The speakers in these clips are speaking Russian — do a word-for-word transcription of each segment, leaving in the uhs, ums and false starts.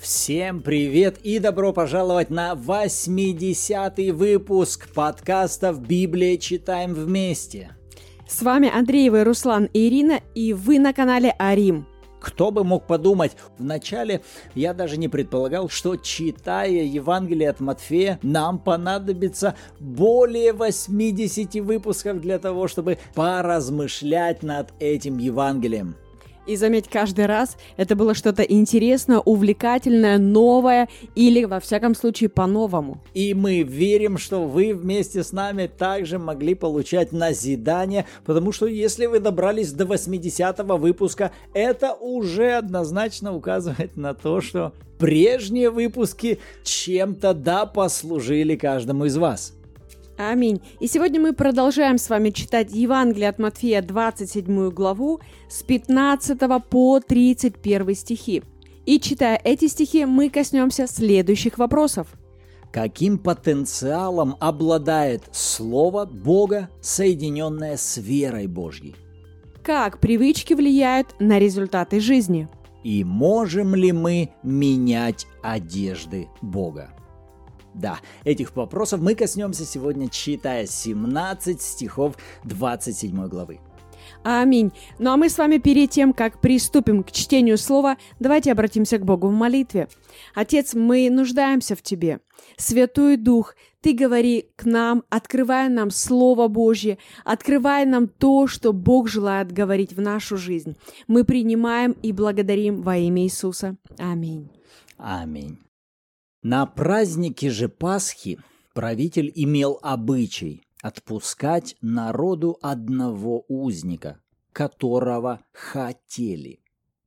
Всем привет и добро пожаловать на восьмидесятый выпуск подкастов «Библия. Читаем вместе». С вами Андреева, Руслан и Ирина, и вы на канале Арим. Кто бы мог подумать, вначале я даже не предполагал, что, читая Евангелие от Матфея, нам понадобится более восьмидесяти выпусков для того, чтобы поразмышлять над этим Евангелием. И заметь, каждый раз это было что-то интересное, увлекательное, новое или, во всяком случае, по-новому. И мы верим, что вы вместе с нами также могли получать назидание, потому что если вы добрались до восьмидесятого выпуска, это уже однозначно указывает на то, что прежние выпуски чем-то да послужили каждому из вас. Аминь. И сегодня мы продолжаем с вами читать Евангелие от Матфея, двадцать седьмую главу, с пятнадцатого по тридцать первый стихи. И читая эти стихи, мы коснемся следующих вопросов. Каким потенциалом обладает Слово Бога, соединенное с верой Божьей? Как привычки влияют на результаты жизни? И можем ли мы менять одежды Бога? Да, этих вопросов мы коснемся сегодня, читая семнадцать стихов двадцать седьмой главы. Аминь. Ну а мы с вами перед тем, как приступим к чтению слова, давайте обратимся к Богу в молитве. Отец, мы нуждаемся в Тебе. Святой Дух, Ты говори к нам, открывай нам Слово Божье, открывай нам то, что Бог желает говорить в нашу жизнь. Мы принимаем и благодарим во имя Иисуса. Аминь. Аминь. На празднике же Пасхи правитель имел обычай отпускать народу одного узника, которого хотели.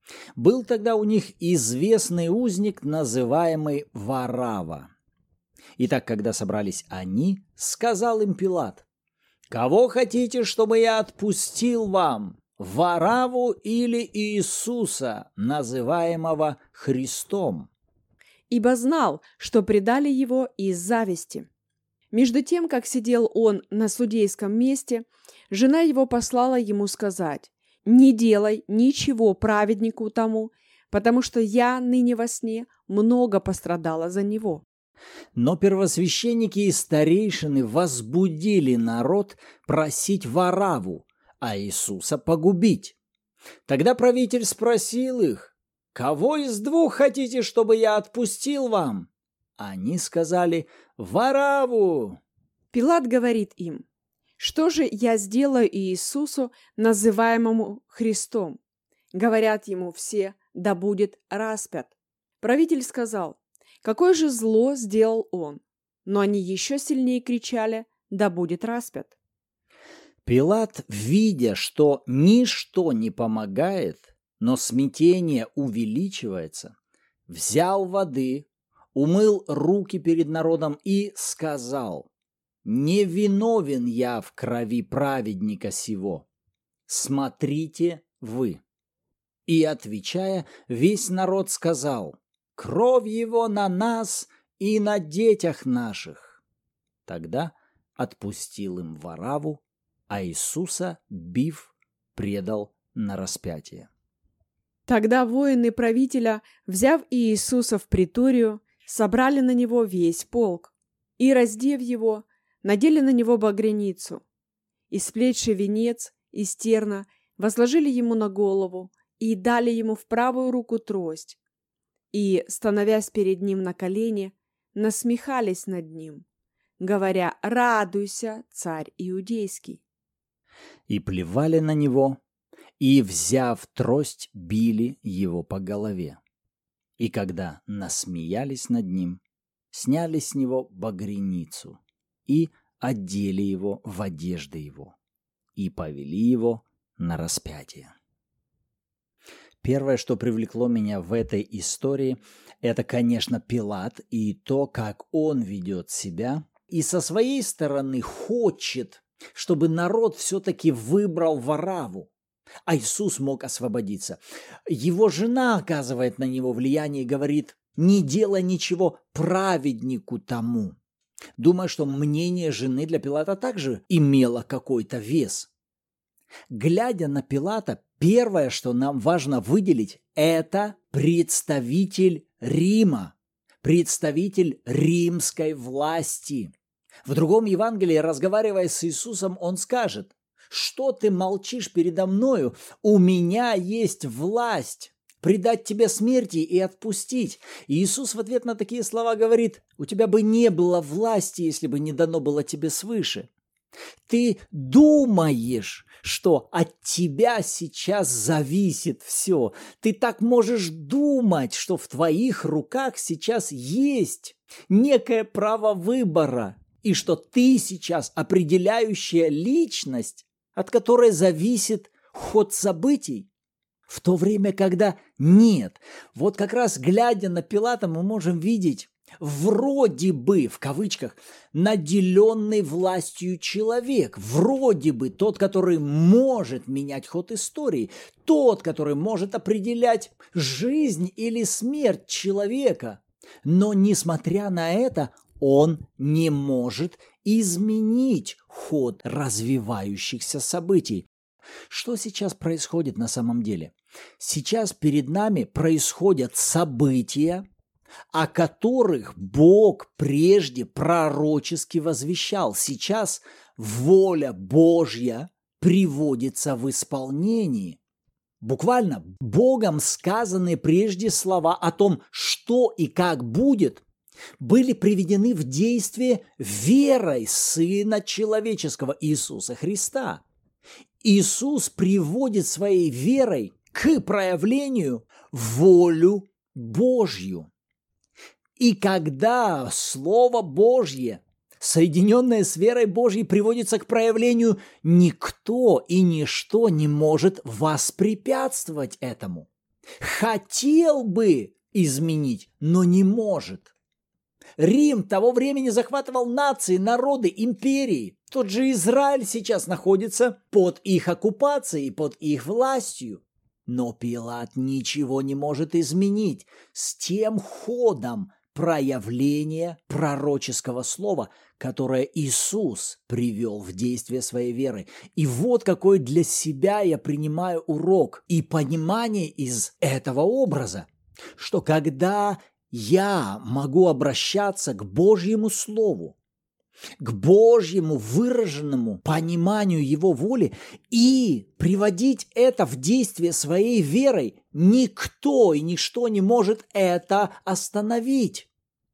Был тогда у них известный узник, называемый Варава. Итак, когда собрались они, сказал им Пилат: «Кого хотите, чтобы я отпустил вам, Вараву или Иисуса, называемого Христом?» Ибо знал, что предали его из зависти. Между тем, как сидел он на судейском месте, жена его послала ему сказать: «Не делай ничего праведнику тому, потому что я ныне во сне много пострадала за него». Но первосвященники и старейшины возбудили народ просить Вараву, а Иисуса погубить. Тогда правитель спросил их: «Кого из двух хотите, чтобы я отпустил вам?» Они сказали: «Вараву». Пилат говорит им: «Что же я сделаю Иисусу, называемому Христом?» Говорят ему все: «Да будет распят». Правитель сказал: «Какое же зло сделал он?» Но они еще сильнее кричали: «Да будет распят». Пилат, видя, что ничто не помогает, но смятение увеличивается, взял воды, умыл руки перед народом и сказал: «Не виновен я в крови праведника сего. Смотрите вы». И, отвечая, весь народ сказал: «Кровь его на нас и на детях наших». Тогда отпустил им Вараву, а Иисуса, бив, предал на распятие. Тогда воины правителя, взяв Иисуса в приторию, собрали на него весь полк и, раздев его, надели на него багряницу, и сплетший венец из терна возложили ему на голову и дали ему в правую руку трость, и, становясь перед ним на колени, насмехались над ним, говоря: «Радуйся, царь иудейский». И плевали на него, и, взяв трость, били его по голове. И когда насмеялись над ним, сняли с него багряницу и одели его в одежды его, и повели его на распятие. Первое, что привлекло меня в этой истории, это, конечно, Пилат и то, как он ведет себя, и со своей стороны хочет, чтобы народ все-таки выбрал Вараву, а Иисус мог освободиться. Его жена оказывает на него влияние и говорит: «Не делай ничего праведнику тому». Думаю, что мнение жены для Пилата также имело какой-то вес. Глядя на Пилата, первое, что нам важно выделить, это представитель Рима, представитель римской власти. В другом Евангелии, разговаривая с Иисусом, он скажет: «Что ты молчишь передо мною? У меня есть власть предать тебя смерти и отпустить». И Иисус в ответ на такие слова говорит: «У тебя бы не было власти, если бы не дано было тебе свыше». Ты думаешь, что от тебя сейчас зависит все. Ты так можешь думать, что в твоих руках сейчас есть некое право выбора, и что ты сейчас определяющая личность, от которой зависит ход событий. В то время, когда нет. Вот как раз глядя на Пилата, мы можем видеть вроде бы, в кавычках, наделенный властью человек, вроде бы тот, который может менять ход истории, тот, который может определять жизнь или смерть человека. Но, несмотря на это, он не может изменить ход развивающихся событий. Что сейчас происходит на самом деле? Сейчас перед нами происходят события, о которых Бог прежде пророчески возвещал. Сейчас воля Божья приводится в исполнение. Буквально Богом сказанные прежде слова о том, что и как будет, были приведены в действие верой Сына Человеческого Иисуса Христа. Иисус приводит своей верой к проявлению волю Божью. И когда Слово Божье, соединенное с верой Божьей, приводится к проявлению, никто и ничто не может воспрепятствовать этому. Хотел бы изменить, но не может. Рим того времени захватывал нации, народы, империи. Тот же Израиль сейчас находится под их оккупацией, под их властью. Но Пилат ничего не может изменить с тем ходом проявления пророческого слова, которое Иисус привел в действие своей веры. И вот какой для себя я принимаю урок и понимание из этого образа, что когда я могу обращаться к Божьему Слову, к Божьему выраженному пониманию Его воли и приводить это в действие своей верой, никто и ничто не может это остановить,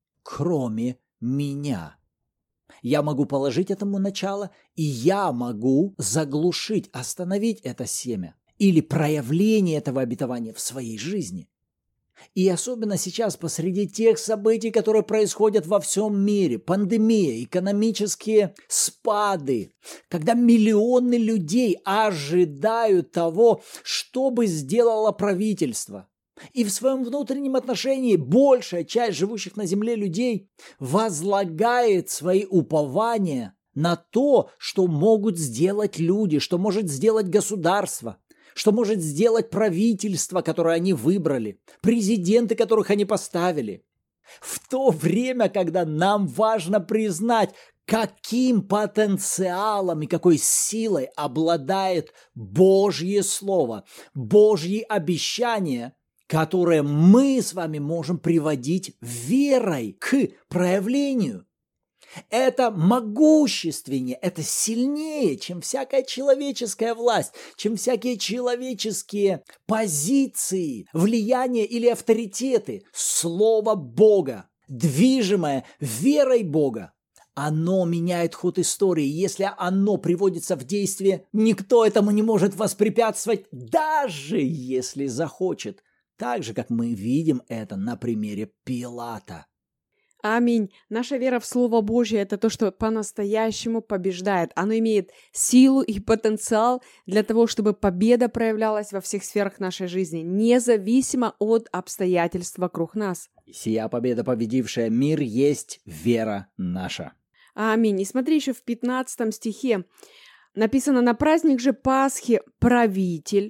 кроме меня. Я могу положить этому начало, и я могу заглушить, остановить это семя или проявление этого обетования в своей жизни. И особенно сейчас, посреди тех событий, которые происходят во всем мире, пандемия, экономические спады, когда миллионы людей ожидают того, что бы сделало правительство. И в своем внутреннем отношении большая часть живущих на земле людей возлагает свои упования на то, что могут сделать люди, что может сделать государство, что может сделать правительство, которое они выбрали, президенты, которых они поставили. В то время, когда нам важно признать, каким потенциалом и какой силой обладает Божье Слово, Божьи обещания, которые мы с вами можем приводить верой к проявлению. Это могущественнее, это сильнее, чем всякая человеческая власть, чем всякие человеческие позиции, влияния или авторитеты. Слово Бога, движимое верой Бога, оно меняет ход истории. Если оно приводится в действие, никто этому не может воспрепятствовать, даже если захочет. Так же, как мы видим это на примере Пилата. Аминь. Наша вера в Слово Божье – это то, что по-настоящему побеждает. Оно имеет силу и потенциал для того, чтобы победа проявлялась во всех сферах нашей жизни, независимо от обстоятельств вокруг нас. Сия победа, победившая мир, есть вера наша. Аминь. И смотри, еще в пятнадцатом стихе написано: «На праздник же Пасхи правитель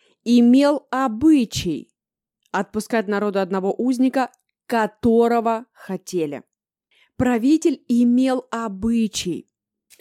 имел обычай отпускать народу одного узника, которого хотели». Правитель имел обычай.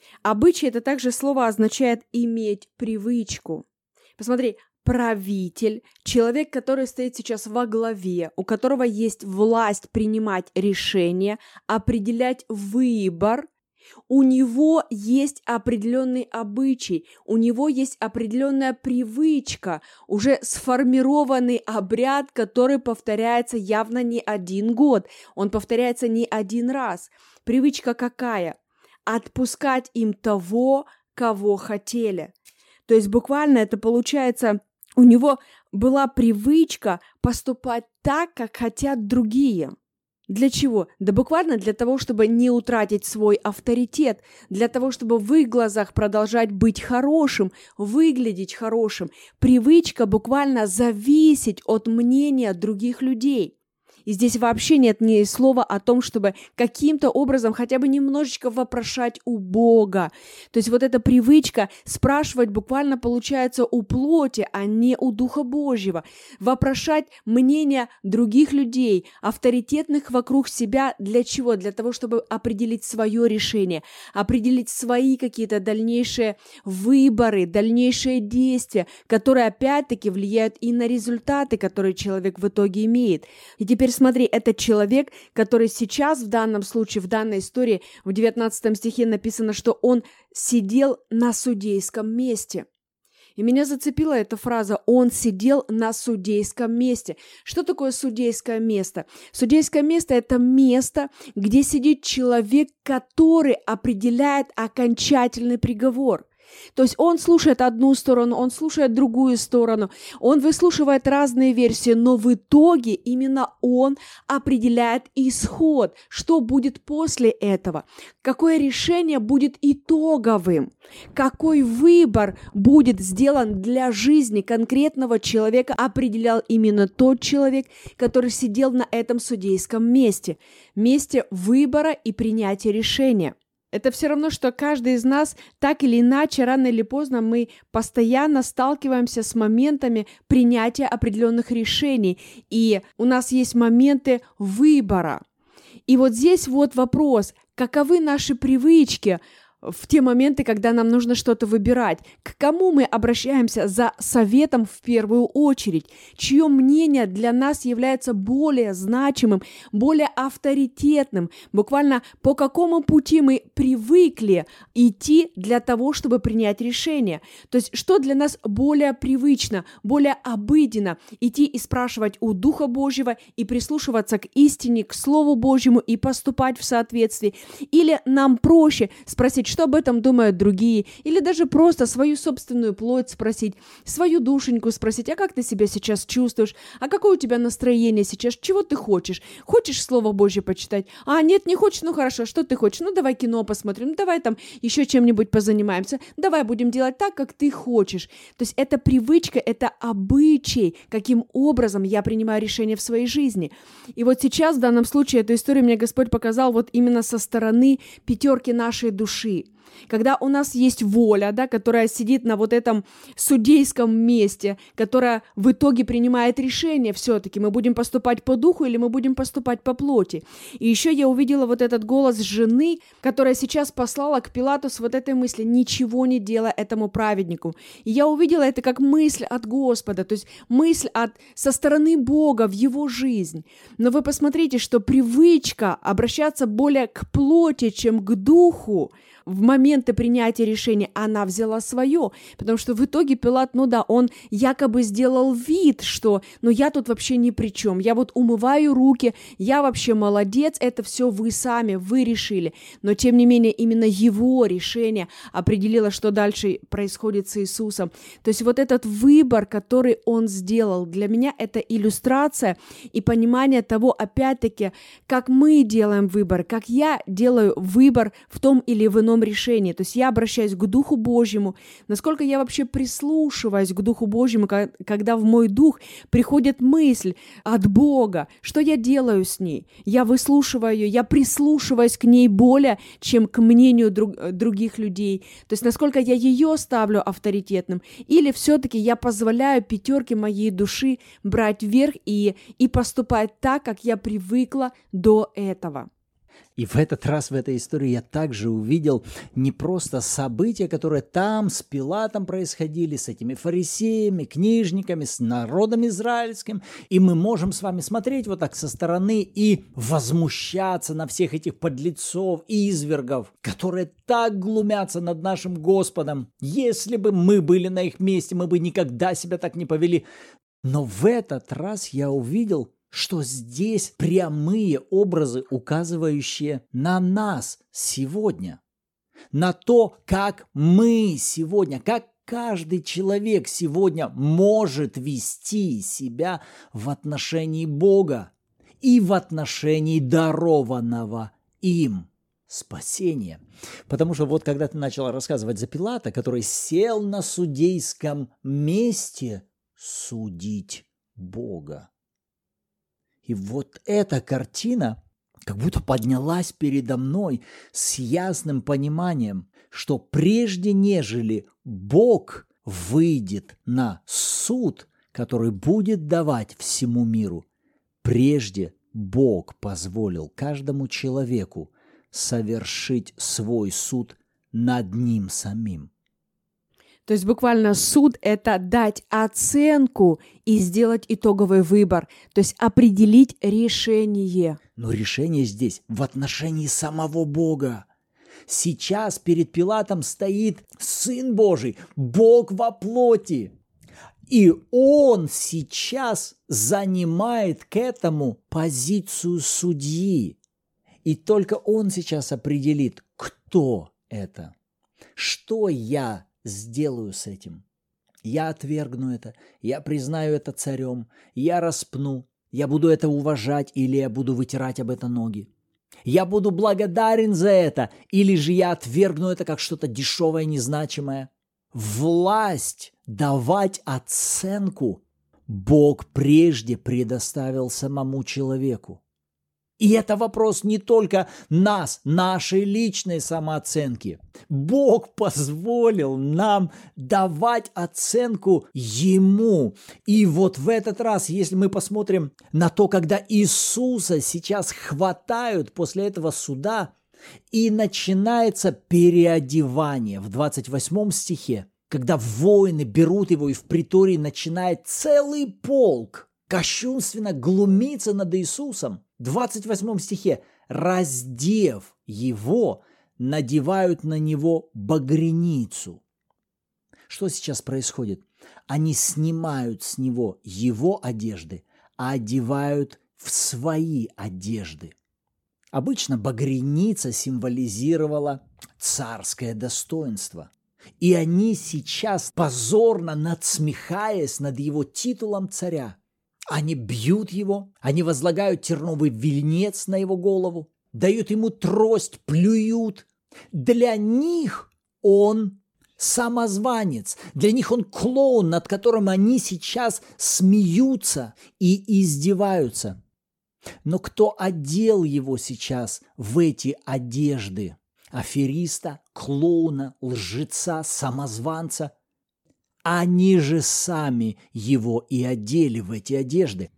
Обычай – это также слово означает «иметь привычку». Посмотри, правитель, человек, который стоит сейчас во главе, у которого есть власть принимать решения, определять выбор, у него есть определенный обычай, у него есть определенная привычка, уже сформированный обряд, который повторяется явно не один год, он повторяется не один раз. Привычка какая? Отпускать им того, кого хотели. То есть буквально это получается, у него была привычка поступать так, как хотят другие. Для чего? Да буквально для того, чтобы не утратить свой авторитет, для того, чтобы в их глазах продолжать быть хорошим, выглядеть хорошим. Привычка буквально зависеть от мнения других людей. И здесь вообще нет ни слова о том, чтобы каким-то образом хотя бы немножечко вопрошать у Бога. То есть вот эта привычка спрашивать буквально получается у плоти, а не у Духа Божьего. Вопрошать мнение других людей, авторитетных вокруг себя. Для чего? Для того, чтобы определить свое решение, определить свои какие-то дальнейшие выборы, дальнейшие действия, которые опять-таки влияют и на результаты, которые человек в итоге имеет. И теперь смотри, это человек, который сейчас в данном случае, в данной истории, в девятнадцатом стихе написано, что он сидел на судейском месте. И меня зацепила эта фраза «он сидел на судейском месте». Что такое судейское место? Судейское место – это место, где сидит человек, который определяет окончательный приговор. То есть он слушает одну сторону, он слушает другую сторону, он выслушивает разные версии, но в итоге именно он определяет исход, что будет после этого, какое решение будет итоговым, какой выбор будет сделан для жизни конкретного человека, определял именно тот человек, который сидел на этом судейском месте, месте выбора и принятия решения. Это все равно, что каждый из нас, так или иначе, рано или поздно, мы постоянно сталкиваемся с моментами принятия определенных решений, и у нас есть моменты выбора. И вот здесь вот вопрос, каковы наши привычки в те моменты, когда нам нужно что-то выбирать? К кому мы обращаемся за советом в первую очередь? Чье мнение для нас является более значимым, более авторитетным? Буквально по какому пути мы привыкли идти для того, чтобы принять решение? То есть что для нас более привычно, более обыденно? Идти и спрашивать у Духа Божьего и прислушиваться к истине, к Слову Божьему и поступать в соответствии? Или нам проще спросить, что об этом думают другие, или даже просто свою собственную плоть спросить, свою душеньку спросить, а как ты себя сейчас чувствуешь, а какое у тебя настроение сейчас, чего ты хочешь, хочешь Слово Божье почитать, а нет, не хочешь, ну хорошо, что ты хочешь, ну давай кино посмотрим, ну давай там еще чем-нибудь позанимаемся, давай будем делать так, как ты хочешь. То есть это привычка, это обычай, каким образом я принимаю решения в своей жизни. И вот сейчас в данном случае эту историю мне Господь показал вот именно со стороны пятерки нашей души. Когда у нас есть воля, да, которая сидит на вот этом судейском месте, которая в итоге принимает решение все-таки, мы будем поступать по духу или мы будем поступать по плоти. И еще я увидела вот этот голос жены, которая сейчас послала к Пилату с вот этой мыслью: ничего не делай этому праведнику. И я увидела это как мысль от Господа, то есть мысль от, со стороны Бога в его жизнь. Но вы посмотрите, что привычка обращаться более к плоти, чем к духу, в моменты принятия решения она взяла свое, потому что в итоге Пилат, ну да, он якобы сделал вид, что ну я тут вообще ни при чем, я вот умываю руки, я вообще молодец, это все вы сами, вы решили. Но тем не менее именно его решение определило, что дальше происходит с Иисусом. То есть вот этот выбор, который он сделал, для меня это иллюстрация и понимание того, опять-таки, как мы делаем выбор, как я делаю выбор в том или в ином решении. То есть я обращаюсь к Духу Божьему, насколько я вообще прислушиваюсь к Духу Божьему, когда в мой дух приходит мысль от Бога, что я делаю с ней. Я выслушиваю ее, я прислушиваюсь к ней более, чем к мнению друг, других людей. То есть насколько я ее ставлю авторитетным, или все-таки я позволяю пятерке моей души брать вверх и, и поступать так, как я привыкла до этого. И в этот раз в этой истории я также увидел не просто события, которые там с Пилатом происходили, с этими фарисеями, книжниками, с народом израильским. И мы можем с вами смотреть вот так со стороны и возмущаться на всех этих подлецов и извергов, которые так глумятся над нашим Господом. Если бы мы были на их месте, мы бы никогда себя так не повели. Но в этот раз я увидел, что здесь прямые образы, указывающие на нас сегодня, на то, как мы сегодня, как каждый человек сегодня может вести себя в отношении Бога и в отношении дарованного им спасения. Потому что вот когда ты начал рассказывать за Пилата, который сел на судейском месте судить Бога. И вот эта картина как будто поднялась передо мной с ясным пониманием, что прежде нежели Бог выйдет на суд, который будет давать всему миру, прежде Бог позволил каждому человеку совершить свой суд над ним самим. То есть буквально суд – это дать оценку и сделать итоговый выбор, то есть определить решение. Но решение здесь в отношении самого Бога. Сейчас перед Пилатом стоит Сын Божий, Бог во плоти. И Он сейчас занимает к этому позицию судьи. И только Он сейчас определит, кто это, что я сделаю с этим. Я отвергну это, я признаю это царем, я распну, я буду это уважать или я буду вытирать об это ноги. Я буду благодарен за это, или же я отвергну это как что-то дешевое, незначимое. Власть давать оценку Бог прежде предоставил самому человеку. И это вопрос не только нас, нашей личной самооценки. Бог позволил нам давать оценку Ему. И вот в этот раз, если мы посмотрим на то, когда Иисуса сейчас хватают после этого суда, и начинается переодевание в двадцать восьмом стихе, когда воины берут его, и в притории начинает целый полк кощунственно глумиться над Иисусом. В двадцать восьмом стихе, раздев его, надевают на него багряницу. Что сейчас происходит? Они снимают с него его одежды, а одевают в свои одежды. Обычно багряница символизировала царское достоинство. И они сейчас, позорно надсмехаясь над его титулом царя, они бьют его, они возлагают терновый венец на его голову, дают ему трость, плюют. Для них он самозванец, для них он клоун, над которым они сейчас смеются и издеваются. Но кто одел его сейчас в эти одежды? Афериста, клоуна, лжеца, самозванца. Они же сами его и одели в эти одежды.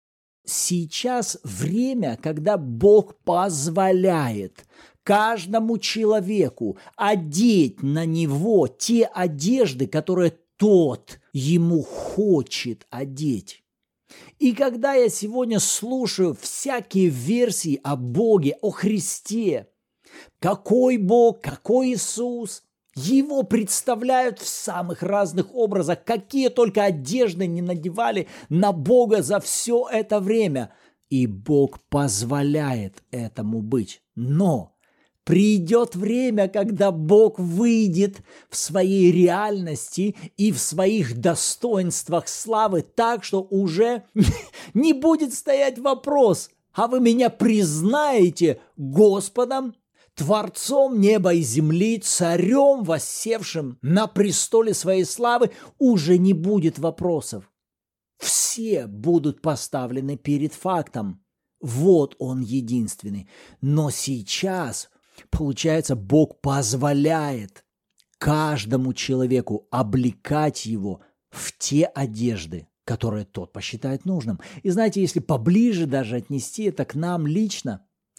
Сейчас время, когда Бог позволяет каждому человеку одеть на него те одежды, которые тот ему хочет одеть. И когда я сегодня слушаю всякие версии о Боге, о Христе, какой Бог, какой Иисус, его представляют в самых разных образах, какие только одежды не надевали на Бога за все это время. И Бог позволяет этому быть. Но придет время, когда Бог выйдет в своей реальности и в своих достоинствах славы так, что уже не будет стоять вопрос: а вы меня признаете Господом, Творцом неба и земли, царем, воссевшим на престоле своей славы? Уже не будет вопросов. Все будут поставлены перед фактом. Вот он единственный. Но сейчас, получается, Бог позволяет каждому человеку облекать его в те одежды, которые тот посчитает нужным. И знаете, если поближе даже отнести это к нам лично,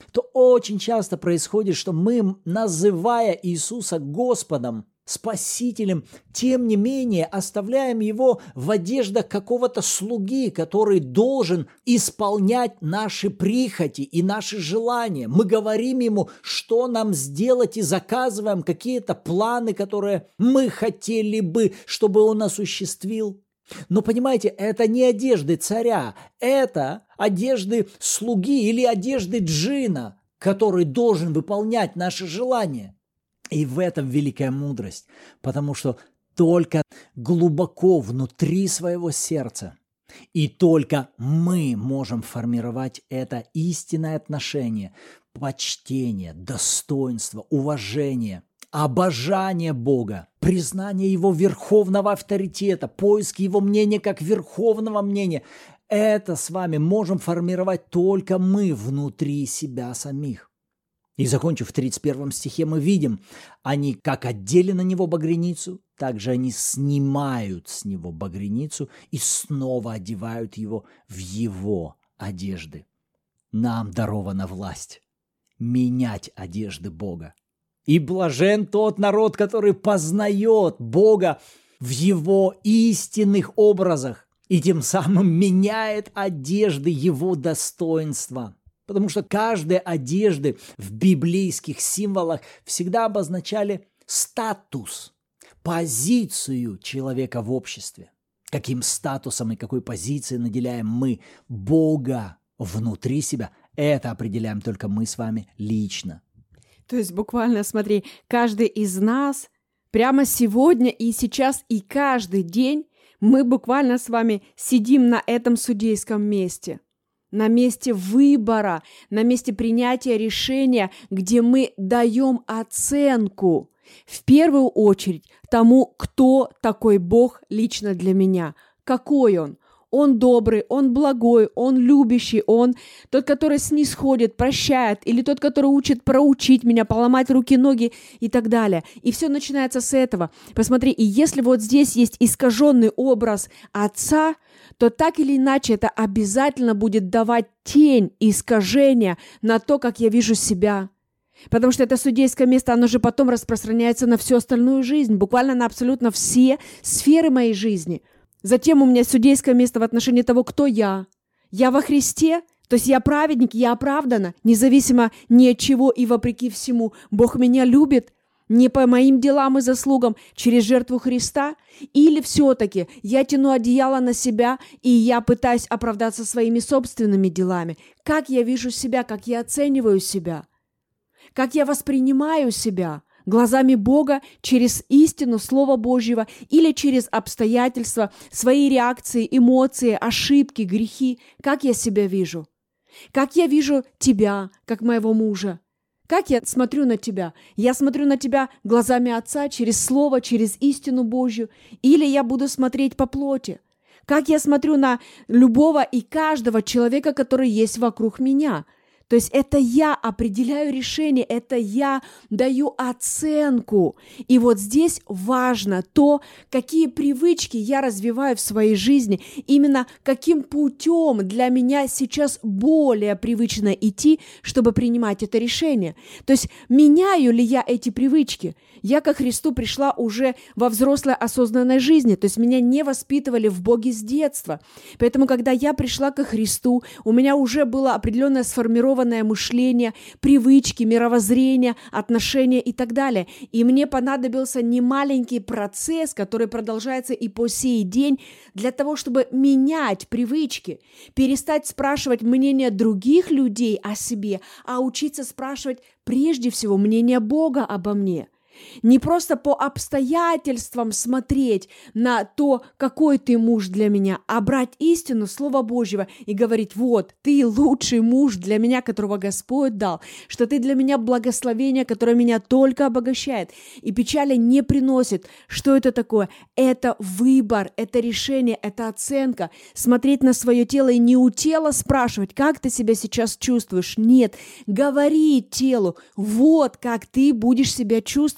то очень часто происходит, что мы, называя Иисуса Господом, Спасителем, тем не менее оставляем Его в одеждах какого-то слуги, который должен исполнять наши прихоти и наши желания. Мы говорим Ему, что нам сделать, и заказываем какие-то планы, которые мы хотели бы, чтобы Он осуществил. Но понимаете, это не одежды царя, это одежды слуги или одежды джинна, который должен выполнять наши желания. И в этом великая мудрость, потому что только глубоко внутри своего сердца и только мы можем формировать это истинное отношение, почтение, достоинство, уважение, обожание Бога, признание Его верховного авторитета, поиск Его мнения как верховного мнения. Это с вами можем формировать только мы внутри себя самих. И закончив в тридцать первом стихе, мы видим, они как одели на него багряницу, так же они снимают с него багряницу и снова одевают его в его одежды. Нам дарована власть менять одежды Бога. И блажен тот народ, который познает Бога в его истинных образах и тем самым меняет одежды его достоинства. Потому что каждая одежда в библейских символах всегда обозначали статус, позицию человека в обществе. Каким статусом и какой позицией наделяем мы Бога внутри себя, это определяем только мы с вами лично. То есть буквально, смотри, каждый из нас прямо сегодня и сейчас и каждый день мы буквально с вами сидим на этом судейском месте. На месте выбора, на месте принятия решения, где мы даем оценку, в первую очередь, тому, кто такой Бог лично для меня, какой Он. Он добрый, Он благой, Он любящий, Он тот, который снисходит, прощает, или тот, который учит проучить меня, поломать руки, ноги и так далее. И все начинается с этого. Посмотри, и если вот здесь есть искаженный образ Отца, то так или иначе это обязательно будет давать тень искажения на то, как я вижу себя. Потому что это судейское место, оно же потом распространяется на всю остальную жизнь, буквально на абсолютно все сферы моей жизни. Затем у меня судейское место в отношении того, кто я. Я во Христе, то есть я праведник, я оправдана, независимо ни от чего и вопреки всему. Бог меня любит не по моим делам и заслугам, через жертву Христа, или все-таки я тяну одеяло на себя, и я пытаюсь оправдаться своими собственными делами. Как я вижу себя, как я оцениваю себя, как я воспринимаю себя глазами Бога через истину Слова Божьего или через обстоятельства, свои реакции, эмоции, ошибки, грехи. Как я себя вижу? Как я вижу тебя, как моего мужа? Как я смотрю на тебя? Я смотрю на тебя глазами Отца, через Слово, через истину Божью, или я буду смотреть по плоти? Как я смотрю на любого и каждого человека, который есть вокруг меня? То есть это я определяю решение, это я даю оценку. И вот здесь важно то, какие привычки я развиваю в своей жизни, именно каким путем для меня сейчас более привычно идти, чтобы принимать это решение. То есть меняю ли я эти привычки? Я ко Христу пришла уже во взрослой осознанной жизни, то есть меня не воспитывали в Боге с детства. Поэтому, когда я пришла ко Христу, у меня уже было определенное сформированное мышление, привычки, мировоззрение, отношения и так далее. И мне понадобился немаленький процесс, который продолжается и по сей день, для того, чтобы менять привычки, перестать спрашивать мнение других людей о себе, а учиться спрашивать прежде всего мнение Бога обо мне. Не просто по обстоятельствам смотреть на то, какой ты муж для меня, а брать истину Слова Божьего и говорить: вот, ты лучший муж для меня, которого Господь дал, что ты для меня благословение, которое меня только обогащает и печали не приносит. Что это такое? Это выбор, это решение, это оценка. Смотреть на свое тело и не у тела спрашивать, как ты себя сейчас чувствуешь. Нет, говори телу: вот как ты будешь себя чувствовать.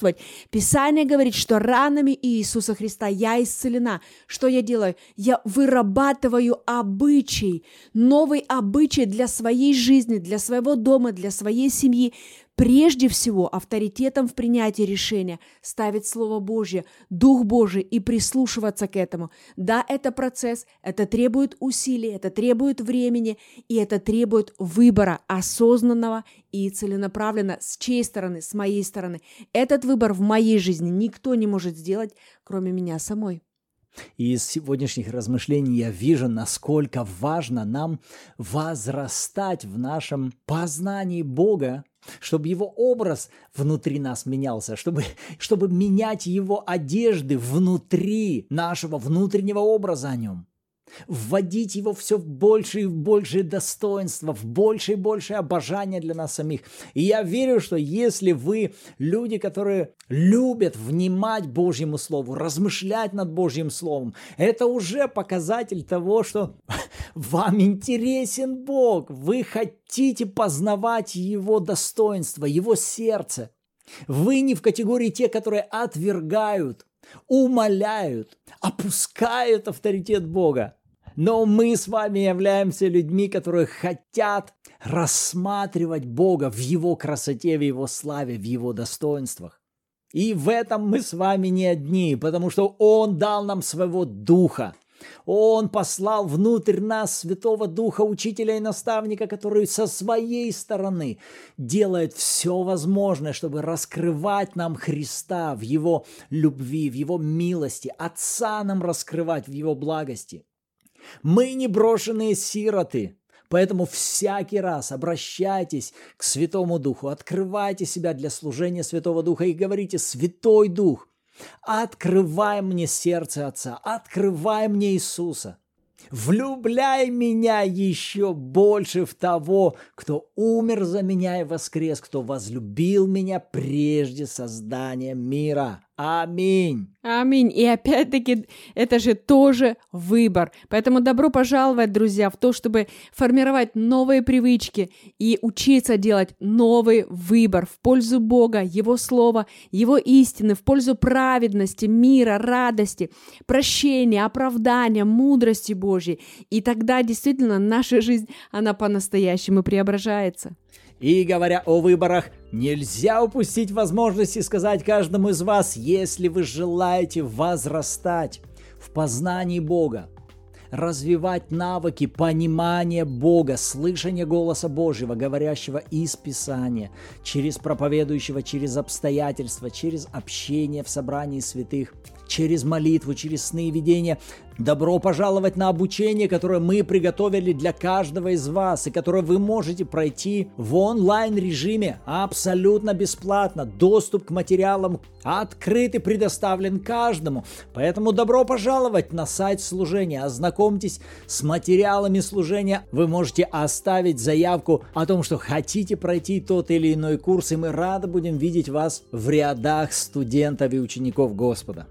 чувствовать. Писание говорит, что ранами Иисуса Христа я исцелена. Что я делаю? Я вырабатываю обычай, новый обычай для своей жизни, для своего дома, для своей семьи. Прежде всего, авторитетом в принятии решения ставить Слово Божье, Дух Божий и прислушиваться к этому. Да, это процесс, это требует усилий, это требует времени, и это требует выбора осознанного и целенаправленно. С чьей стороны? С моей стороны. Этот выбор в моей жизни никто не может сделать, кроме меня самой. И из сегодняшних размышлений я вижу, насколько важно нам возрастать в нашем познании Бога, чтобы Его образ внутри нас менялся, чтобы, чтобы менять Его одежды внутри нашего внутреннего образа о Нем. Вводить его все в большее и в большее достоинство, в большее и большее обожание для нас самих. И я верю, что если вы люди, которые любят внимать Божьему Слову, размышлять над Божьим Словом, это уже показатель того, что вам интересен Бог, вы хотите познавать Его достоинство, Его сердце. Вы не в категории те, которые отвергают, умаляют, опускают авторитет Бога. Но мы с вами являемся людьми, которые хотят рассматривать Бога в Его красоте, в Его славе, в Его достоинствах. И в этом мы с вами не одни, потому что Он дал нам своего Духа. Он послал внутрь нас Святого Духа, учителя и наставника, который со своей стороны делает все возможное, чтобы раскрывать нам Христа в Его любви, в Его милости, Отца нам раскрывать в Его благости. Мы не брошенные сироты, поэтому всякий раз обращайтесь к Святому Духу, открывайте себя для служения Святого Духа и говорите: «Святой Дух, открывай мне сердце Отца, открывай мне Иисуса, влюбляй меня еще больше в того, кто умер за меня и воскрес, кто возлюбил меня прежде создания мира». Аминь. Аминь. И опять-таки, это же тоже выбор. Поэтому добро пожаловать, друзья, в то, чтобы формировать новые привычки и учиться делать новый выбор в пользу Бога, Его Слова, Его истины, в пользу праведности, мира, радости, прощения, оправдания, мудрости Божьей. И тогда действительно наша жизнь, она по-настоящему преображается. И говоря о выборах, нельзя упустить возможности сказать каждому из вас, если вы желаете возрастать в познании Бога, развивать навыки понимания Бога, слышания голоса Божьего, говорящего из Писания, через проповедующего, через обстоятельства, через общение в собрании святых, через молитву, через сны и видения. Добро пожаловать на обучение, которое мы приготовили для каждого из вас и которое вы можете пройти в онлайн-режиме абсолютно бесплатно. Доступ к материалам открыт и предоставлен каждому. Поэтому добро пожаловать на сайт служения. Ознакомьтесь с материалами служения. Вы можете оставить заявку о том, что хотите пройти тот или иной курс, и мы рады будем видеть вас в рядах студентов и учеников Господа.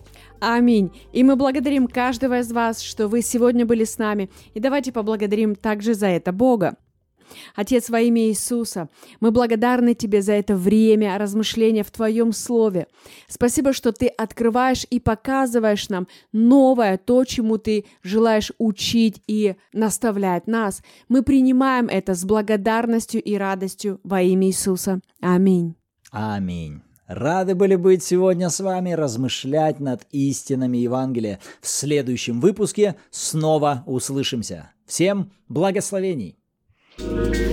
Аминь. И мы благодарим каждого из вас, что вы сегодня были с нами. И давайте поблагодарим также за это Бога. Отец, во имя Иисуса, мы благодарны Тебе за это время размышления в Твоем Слове. Спасибо, что Ты открываешь и показываешь нам новое, то, чему Ты желаешь учить и наставлять нас. Мы принимаем это с благодарностью и радостью во имя Иисуса. Аминь. Аминь. Рады были быть сегодня с вами, размышлять над истинами Евангелия. В следующем выпуске снова услышимся. Всем благословений!